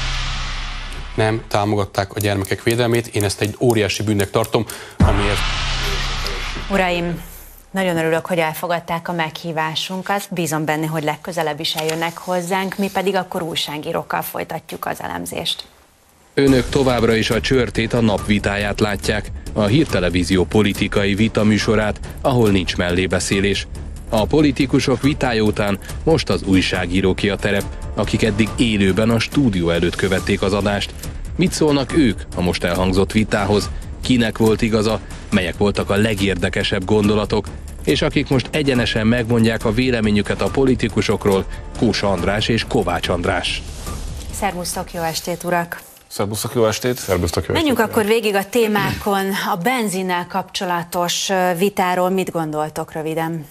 nem támogatták a gyermekek védelmét. Én ezt egy óriási bűnnek tartom, amiért... Uraim, Nagyon örülök, hogy elfogadták a meghívásunkat, bízom benne, hogy legközelebb is eljönnek hozzánk, mi pedig akkor újságírókkal folytatjuk az elemzést. Önök továbbra is a Csörtét, a Nap vitáját látják, a Hírtelevízió politikai vita műsorát, ahol nincs mellébeszélés. A politikusok vitája után most az újságíróké a terep, akik eddig élőben a stúdió előtt követték az adást. Mit szólnak ők a most elhangzott vitához? Kinek volt igaza? Melyek voltak a legérdekesebb gondolatok? És akik most egyenesen megmondják a véleményüket a politikusokról, Kósa András és Kovács András. Szervusztok, jó estét, urak! Szerbusztok, jó estét! Szerbusztok, jó Menjünk estét. akkor végig a témákon. A benzinnel kapcsolatos vitáról mit gondoltok röviden?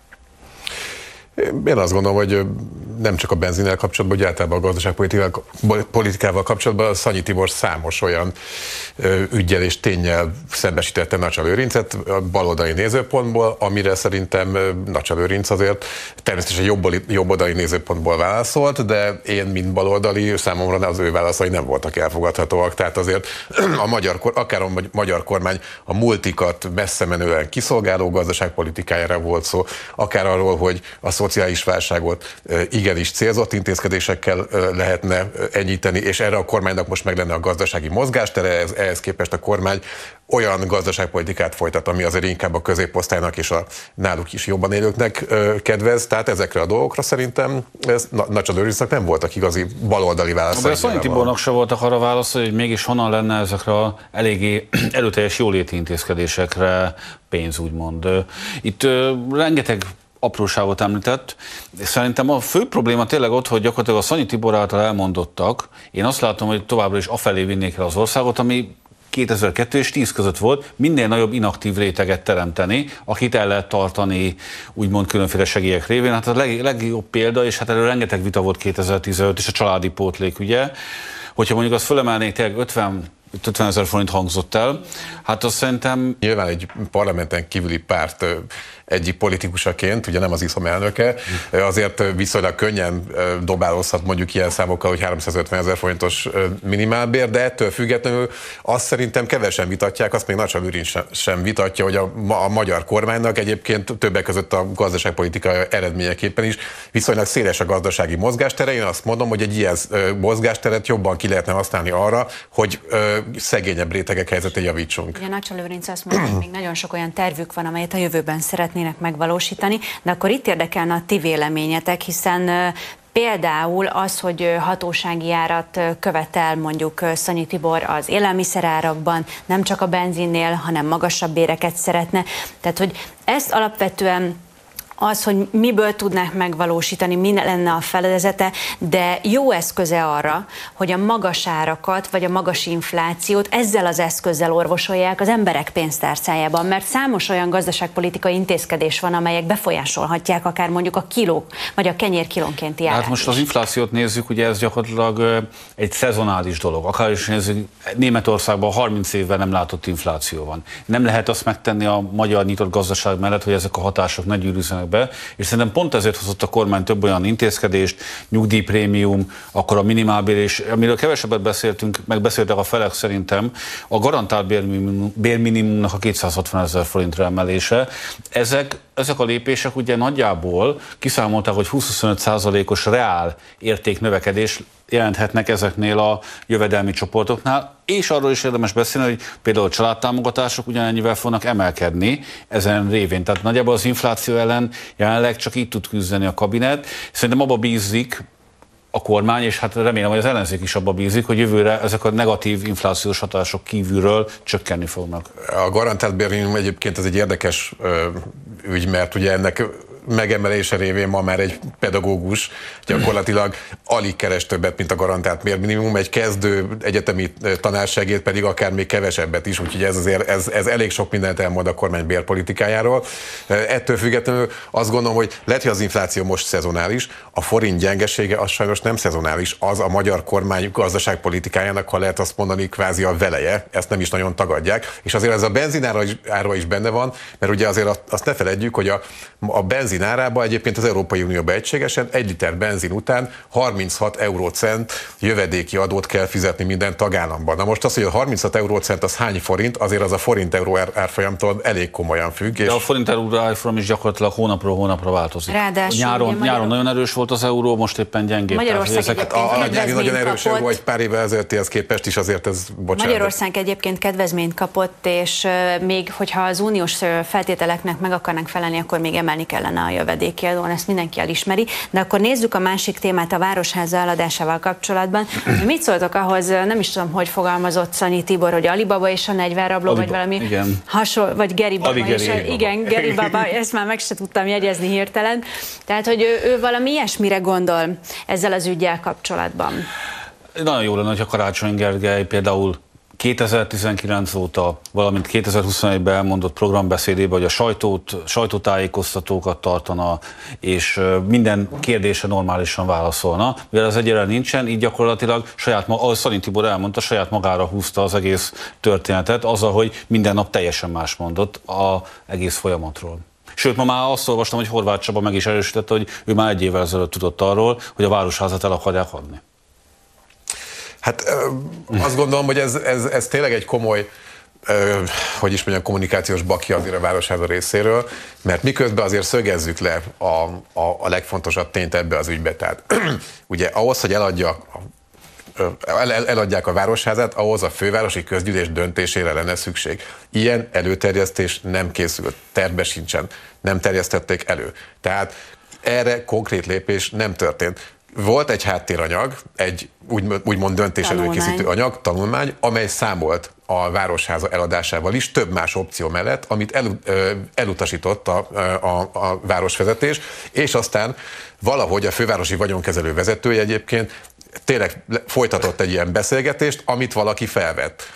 Én azt gondolom, hogy nem csak a benzinnel kapcsolatban, hogy általában a gazdaságpolitikával kapcsolatban Szanyi Tibor számos olyan üggyel és ténnyel szembesítette Nacsa Lőrincet a baloldali nézőpontból, amire szerintem Nacsa Lőrinc azért természetesen jobboli, jobboldali nézőpontból válaszolt, de én, mint baloldali, számomra az ő válaszai nem voltak elfogadhatóak. Tehát azért a magyar, akár a magyar kormány a multikat messze menően kiszolgáló gazdaságpolitikájára volt szó, akár arról, hogy a szociális válságot igenis célzott intézkedésekkel lehetne enyhíteni, és erre a kormánynak most meg lenne a gazdasági mozgástere, ehhez, ehhez képest a kormány olyan gazdaságpolitikát folytat, ami azért inkább a középosztálynak és a náluk is jobban élőknek kedvez. Tehát ezekre a dolgokra szerintem Nacsa Lőrincnek nem voltak igazi baloldali válaszai. De Szanyi Tibornak se voltak arra válaszai, hogy mégis honnan lenne ezekre a eléggé erőteljes jóléti intézkedésekre pénz, úgymond. Itt rengeteg apróságot említett. Szerintem a fő probléma tényleg ott, hogy gyakorlatilag a Szanyi Tibor által elmondottak, én azt látom, hogy továbbra is afelé vinnék el az országot, ami kétezer-kettő és tíz között volt, minél nagyobb inaktív réteget teremteni, akit el lehet tartani úgymond különféle segélyek révén. Hát a leg, legjobb példa, és hát erről rengeteg vita volt kétezer-tizenöt, és a családi pótlék, ugye, hogyha mondjuk azt fölemelnék tényleg ötven ezer forint hangzott el, hát azt szerintem... Nyilván egy parlamenten kívüli párt egyik politikusaként, ugye nem az iszom elnöke, azért viszonylag könnyen dobálózhat mondjuk ilyen számokkal, hogy háromszázötven ezer forintos minimálbér, de ettől függetlenül azt szerintem kevesen vitatják, azt még Nacsa Lőrinc sem vitatja, hogy a, a magyar kormánynak egyébként többek között a gazdaságpolitikai eredményeképpen is viszonylag széles a gazdasági mozgástere. Én azt mondom, hogy egy ilyen mozgásteret jobban ki lehetne használni arra, hogy szegényebb rétegek helyzetét javítsunk. Ugye Nacsa Lőrinc azt mondja, hogy még nagyon sok olyan tervük van, amelyet a jövőben szeretnének megvalósítani, de akkor itt érdekelne a ti véleményetek, hiszen például az, hogy hatósági árat követel mondjuk Szanyi Tibor az élelmiszerárakban, nem csak a benzinnél, hanem magasabb béreket szeretne. Tehát, hogy ezt alapvetően az, hogy miből tudnák megvalósítani, mi lenne a feledezete, de jó eszköze arra, hogy a magas árakat, vagy a magas inflációt ezzel az eszközzel orvosolják az emberek pénztárcájában, mert számos olyan gazdaságpolitikai intézkedés van, amelyek befolyásolhatják akár mondjuk a kiló, vagy a kenyér kilónkénti árát. Hát most az inflációt nézzük, ugye ez gyakorlatilag egy szezonális dolog. Akár is nézzük, Németországban harminc évben nem látott infláció van. Nem lehet azt megtenni a magyar nyitott gazdaság mellett, hogy ezek a hatások ne gyűrűzzenek be, és szerintem pont ezért hozott a kormány több olyan intézkedést, nyugdíjprémium, akkor a minimálbér, és amiről kevesebbet beszéltünk, meg beszéltek a felek szerintem, a garantált bérminimum, bérminimumnak a kétszázhatvan ezer forintra emelése. Ezek, ezek a lépések ugye nagyjából kiszámolták, hogy húsz-huszonöt százalékos reál értéknövekedés jelenthetnek ezeknél a jövedelmi csoportoknál, és arról is érdemes beszélni, hogy például a családtámogatások ugyanennyivel fognak emelkedni ezen révén. Tehát nagyjából az infláció ellen jelenleg csak így tud küzdeni a kabinet. Szerintem abba bízik a kormány, és hát remélem, hogy az ellenzék is abba bízik, hogy jövőre ezek a negatív inflációs hatások kívülről csökkenni fognak. A garantált bérminimum egyébként ez egy érdekes ö, ügy, mert ugye ennek megemelése révén ma már egy pedagógus gyakorlatilag alig keres többet, mint a garantált bérminimum, egy kezdő egyetemi tanársegéd pedig akár még kevesebbet is, úgyhogy ez azért ez, ez elég sok mindent elmond a kormány bérpolitikájáról. Ettől függetlenül azt gondolom, hogy lehet, hogy az infláció most szezonális, a forint gyengesége az sajnos nem szezonális, az a magyar kormány gazdaságpolitikájának, ha lehet azt mondani, kvázi a veleje, ezt nem is nagyon tagadják, és azért ez a benzinára is, ára is benne van, mert ugye azért azt ne feledjük, hogy a, a benzin benzin árába, egyébként az Európai Unióban egységesen egy liter benzin után harminchat eurócent jövedéki adót kell fizetni minden tagállamban. Na most az, hogy a harminchat eurócent az hány forint, azért az a forint-euró árfolyamtól elég komolyan függ. És... De a forint-euró árfolyam is gyakorlatilag hónapról hónapra változik. Ráadásul nyáron, Magyar... nyáron nagyon erős volt az euró, most éppen gyengébb. Magyarország ezek... egyébként a, a nyári nagyon erős kapott. euró, egy pár évvel ezelőttihez képest is azért ez, bocsánat. Magyarország egyébként kedvezményt kapott, és még hogyha az uniós feltételeknek meg akarnánk felelni, akkor még emelni kellene a jövedéki adón, ezt mindenki elismeri. De akkor nézzük a másik témát a Városháza eladásával kapcsolatban. Mit szóltok ahhoz, nem is tudom, hogy fogalmazott Szanyi Tibor, hogy Alibaba és a negyven rabló, Aliba, vagy valami igen. hasonló, vagy Geri Baba, Ali, és Geri, a, igen, Geri Baba, ezt már meg se tudtam jegyezni hirtelen. Tehát, hogy ő, ő valami ilyesmire gondol ezzel az üggyel kapcsolatban. Nagyon jó lenne, hogyha Karácsony Gergely például kétezer-tizenkilenc óta, valamint kétezer-huszonegyben elmondott programbeszédében, hogy a sajtót, sajtótájékoztatókat tartana, és minden kérdésre normálisan válaszolna. Mivel az egyre nincsen, így gyakorlatilag saját, ahogy Szanyi Tibor elmondta, saját magára húzta az egész történetet, azzal, hogy minden nap teljesen más mondott az egész folyamatról. Sőt, ma már azt olvastam, hogy Horváth Csaba meg is erősítette, hogy ő már egy évvel ezelőtt tudott arról, hogy a Városházat el akarják adni. Hát azt gondolom, hogy ez, ez, ez tényleg egy komoly, hogy is mondjam, kommunikációs bakja azért a Városháza részéről, mert miközben azért szögezzük le a, a, a legfontosabb tényt ebbe az ügybe. Tehát ugye ahhoz, hogy eladja, el, eladják a Városházát, ahhoz a fővárosi közgyűlés döntésére lenne szükség. Ilyen előterjesztés nem készült, tervbe sincsen, nem terjesztették elő. Tehát erre konkrét lépés nem történt. Volt egy háttéranyag, egy úgymond döntés előkészítő anyag, tanulmány, amely számolt a Városháza eladásával is, több más opció mellett, amit el, elutasított a, a, a városvezetés, és aztán valahogy a fővárosi vagyonkezelő vezetője egyébként tényleg folytatott egy ilyen beszélgetést, amit valaki felvett.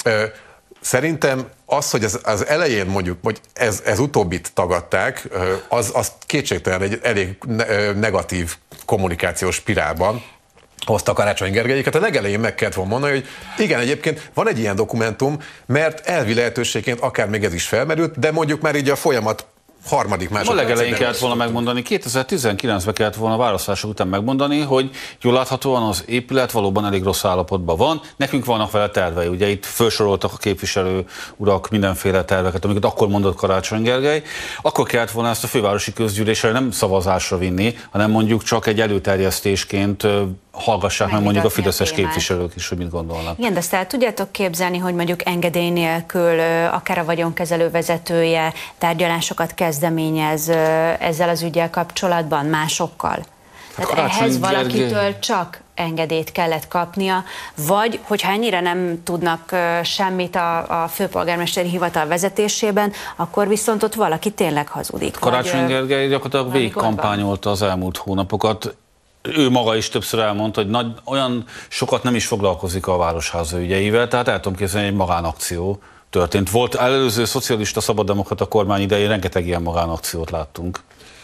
Szerintem az, hogy az, az elején mondjuk, hogy ez, ez utóbbit tagadták, az, az kétségtelen egy elég negatív kommunikációs spirálban hozta Karácsony Gergelyéket. A legelején meg kellett volna mondani, hogy igen, egyébként van egy ilyen dokumentum, mert elvi lehetőségként akár még ez is felmerült, de mondjuk már így a folyamat harmadik másodperc. A legelején kellett volna megmondani, kétezer-tizenkilencben kellett volna a választások után megmondani, hogy jól láthatóan az épület valóban elég rossz állapotban van. Nekünk vannak vele tervei, ugye itt felsoroltak a képviselő urak mindenféle terveket, amiket akkor mondott Karácsony Gergely. Akkor kellett volna ezt a fővárosi közgyűlésre nem szavazásra vinni, hanem mondjuk csak egy előterjesztésként hallgassák meg mondjuk a fideszes a képviselők is, hogy mit gondolnak. Igen, de ezt el tudjátok képzelni, hogy mondjuk engedély nélkül akár a vagyonkezelő vezetője tárgyalásokat kezdeményez ezzel az üggyel kapcsolatban másokkal? Tehát Karácsony ehhez valakitől Gergely... csak engedélyt kellett kapnia, vagy hogyha ennyire nem tudnak semmit a, a főpolgármesteri hivatal vezetésében, akkor viszont ott valaki tényleg hazudik. Karácsony Gergely gyakorlatilag végig kampányolta az elmúlt hónapokat. Ő maga is többször elmondta, hogy nagy, olyan sokat nem is foglalkozik a Városháza ügyeivel, tehát el tudom képzelni, egy magánakció történt. Volt előző szocialista szabaddemokrata kormány idején, rengeteg ilyen magánakciót láttunk.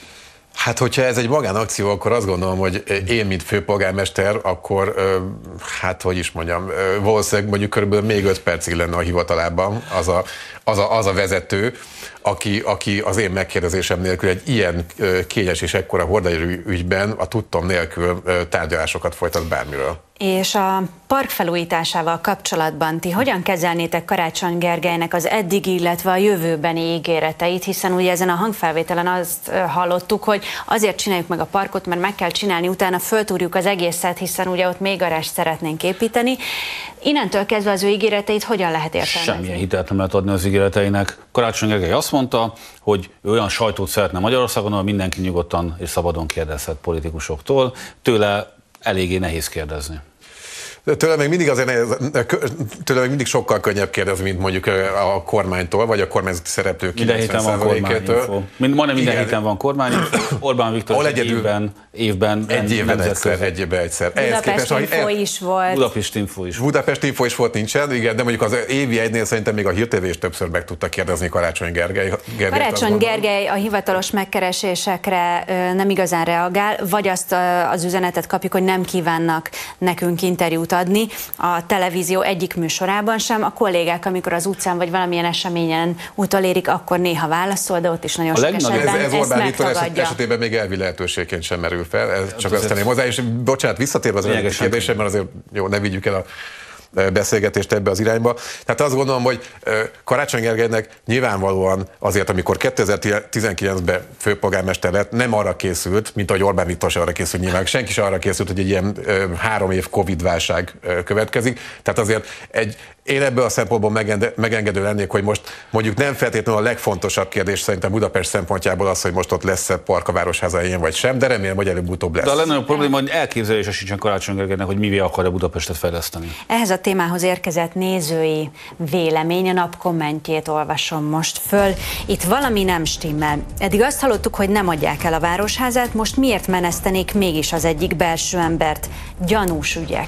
Hát, hogyha ez egy magánakció, akkor azt gondolom, hogy én, mint főpolgármester, akkor, hát, hogy is mondjam, valószínűleg mondjuk körülbelül még öt percig lenne a hivatalában az a, az a, az a vezető, aki, aki az én megkérdezésem nélkül egy ilyen kényes és ekkora horderejű ügyben a tudtom nélkül tárgyalásokat folytat bármiről. És a park felújításával kapcsolatban ti hogyan kezelnétek Karácsony Gergelynek az eddig, illetve a jövőbeni ígéreteit, hiszen ugye ezen a hangfelvételen azt hallottuk, hogy azért csináljuk meg a parkot, mert meg kell csinálni, utána föltúrjuk az egészet, hiszen ugye ott még garást szeretnénk építeni. Innentől kezdve az ő ígéreteit hogyan lehet értelmezni? Semmilyen hitelt nem lehet adni az ígéreteinek. Karácsony Gergely azt mondta, hogy ő olyan sajtót szeretne Magyarországon, ahol mindenki nyugodtan és szabadon kérdezhet politikusoktól. Tőle eléggé nehéz kérdezni. Tőle még mindig azért tőle még mindig sokkal könnyebb kérdezni, mint mondjuk a kormánytól, vagy a kormányzati szereplők kilencven százalékétől. Majdnem minden héten van kormányinfo. Orbán Viktor egy évben, évben egy évben egyszer, egy évben egyszer. Budapest Info is volt. Budapest Info is. Budapest Info is volt, nincsen, igen, de mondjuk az évi egynél szerintem még a Hír té vé is többször meg tudta kérdezni Karácsony Gergely. Karácsony Gergely a hivatalos megkeresésekre nem igazán reagál, vagy azt az üzenetet kapjuk, hogy nem kívánnak nekünk interjút adni a televízió egyik műsorában sem. A kollégák, amikor az utcán vagy valamilyen eseményen utolérik, akkor néha válaszol, de ott is nagyon sok esetben ez, ez ezt Orbán Viktor megtagadja. esetében még elvi lehetőségként sem merül fel, ez csak azt tenném hozzá, és bocsánat, visszatérve az eredeti kérdésem, mert azért jó, ne vigyük el a beszélgetést ebbe az irányba. Tehát azt gondolom, hogy Karácsony Gergelynek nyilvánvalóan azért, amikor kétezer-tizenkilencben főpolgármester lett, nem arra készült, mint ahogy Orbán Viktor sem arra készült nyilván, senki sem arra készült, hogy egy ilyen három év Covid-válság következik. Tehát azért egy én ebből a szempontból megengedő, megengedő lennék, hogy most mondjuk nem feltétlenül a legfontosabb kérdés szerintem Budapest szempontjából az, hogy most ott lesz-e park a Városháza helyén vagy sem, de remélem, hogy előbb-utóbb lesz. De a legnagyobb probléma, hogy elképzelése sincsen Karácsony Gergelynek, hogy mivé akarja Budapestet fejleszteni. Ehhez a témához érkezett nézői vélemény, a nap kommentjét olvasom most föl. Itt valami nem stimmel. Eddig azt hallottuk, hogy nem adják el a Városházát, most miért menesztenék mégis az egyik belső embert? Gyanús ügyek.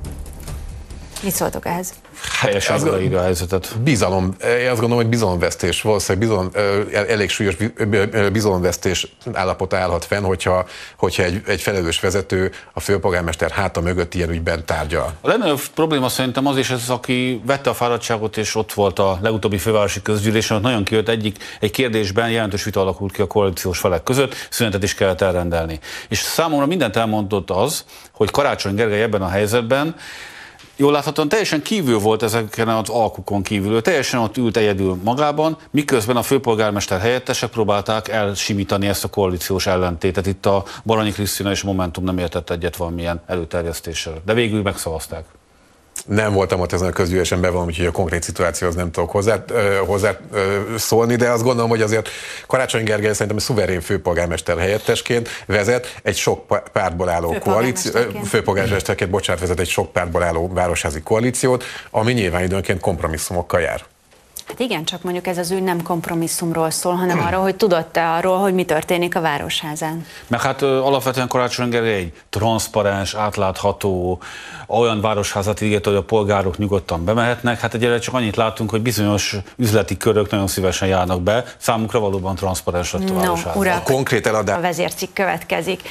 Mit szóltok ehhez? Helyesen odaírja a helyzetet. Bizalom, én azt gondolom, hogy bizalomvesztés, valószínűleg bizalom, elég súlyos bizalomvesztés állapota állhat fenn, hogyha, hogyha egy, egy felelős vezető a főpolgármester háta mögött ilyen ügyben tárgyal. A legnagyobb probléma szerintem az is ez, aki vette a fáradtságot, és ott volt a legutóbbi fővárosi közgyűlésen, ott nagyon kijött egyik, egy kérdésben jelentős vita alakult ki a koalíciós felek között, szünetet is kellett elrendelni. És számomra mindent elmondott az, hogy Karácsony Gergely ebben a helyzetben jól láthatóan teljesen kívül volt ezeken az alkukon kívül, ő teljesen ott ült egyedül magában, miközben a főpolgármester helyettesek próbálták elsimítani ezt a koalíciós ellentétet. Itt a Baranyi Krisztina és a Momentum nem értett egyet valamilyen előterjesztéssel, de végül megszavazták. Nem voltam ott ezen a közgyűlésen bevallom, úgyhogy a konkrét szituációhoz nem tudok hozzá, hozzá szólni, de azt gondolom, hogy azért Karácsony Gergely szerintem szuverén főpolgármester helyettesként vezet egy sok pártból álló koalíció, főpolgármesterként, bocsánat, vezet egy sok pártból álló városházi koalíciót, ami nyilván időnként kompromisszumokkal jár. Hát igen, csak mondjuk ez az ügy nem kompromisszumról szól, hanem arról, hogy tudott-e arról, hogy mi történik a Városházán. Meg hát ö, alapvetően Karácsony Gergely egy transzparens, átlátható, olyan városházat ígért, hogy a polgárok nyugodtan bemehetnek. Hát egyelőre csak annyit látunk, hogy bizonyos üzleti körök nagyon szívesen járnak be. Számukra valóban transzparens lett a Városháza. No, urak, a konkrét eladás. A vezércikk következik.